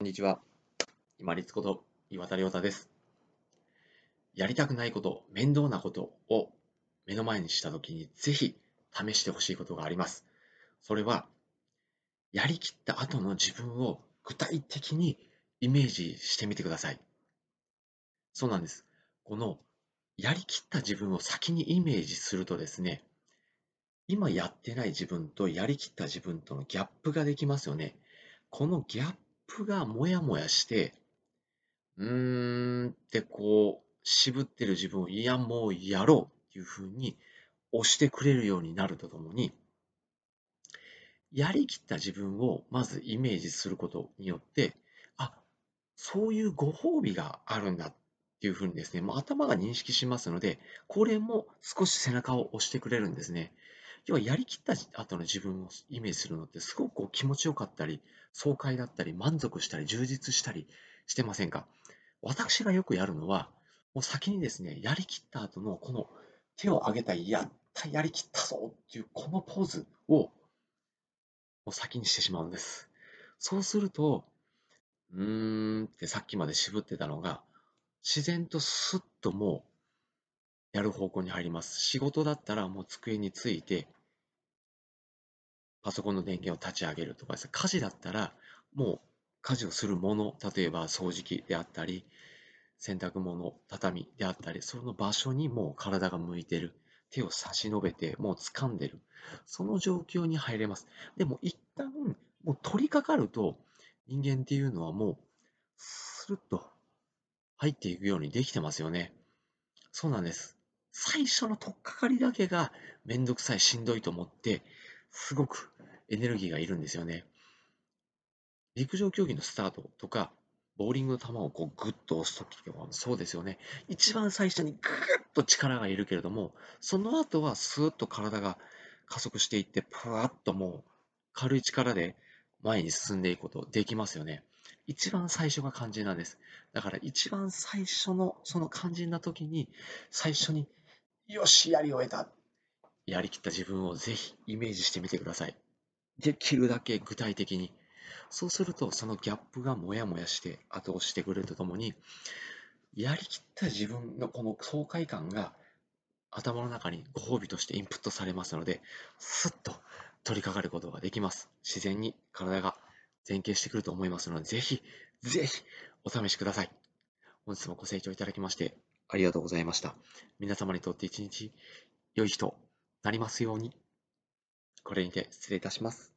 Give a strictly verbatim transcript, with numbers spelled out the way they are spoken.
こんにちは。今立こと岩田亮太です。やりたくないこと、面倒なことを目の前にしたときにぜひ試してほしいことがあります。それは、やりきった後の自分を具体的にイメージしてみてください。そうなんです。このやりきった自分を先にイメージするとですね、今やってない自分とやりきった自分とのギャップができますよね。このギャップがもやもやして、うーんってこう、渋ってる自分を、いや、もうやろうっていう風に押してくれるようになるとともに、やりきった自分をまずイメージすることによって、あ、そういうご褒美があるんだっていう風にですね、もう頭が認識しますので、これも少し背中を押してくれるんですね。要はやりきった後の自分をイメージするのってすごくこう気持ちよかったり、爽快だったり、満足したり、充実したりしてませんか？私がよくやるのは、もう先にですね、やりきった後のこの手を挙げた、やった、やりきったぞっていうこのポーズをもう先にしてしまうんです。そうすると、うーんってさっきまで渋ってたのが、自然とスッともうやる方向に入ります。仕事だったらもう机について、パソコンの電源を立ち上げるとかですね、家事だったらもう家事をするもの、例えば掃除機であったり、洗濯物、畳であったり、その場所にもう体が向いてる。手を差し伸べて、もう掴んでる。その状況に入れます。でも一旦、もう取り掛かると、人間っていうのはもう、スルッと入っていくようにできてますよね。そうなんです。最初の取っかかりだけがめんどくさい、しんどいと思って、すごくエネルギーがいるんですよね。陸上競技のスタートとか、ボーリングの球をこうグッと押すときとかもそうですよね。一番最初にグッと力がいるけれども、その後はスーッと体が加速していって、ぷわっともう軽い力で前に進んでいくことできますよね。一番最初が肝心なんです。だから一番最初のその肝心な時に、最初に、よし、やり終えた。やりきった自分をぜひイメージしてみてください。できるだけ具体的に。そうすると、そのギャップがもやもやして後押してくれるとともに、やりきった自分のこの爽快感が頭の中にご褒美としてインプットされますので、スッと取り掛かることができます。自然に体が前傾してくると思いますので、ぜひ、ぜひお試しください。本日もご清聴いただきましてありがとうございました。皆様にとって一日良い日となりますように。これにて失礼いたします。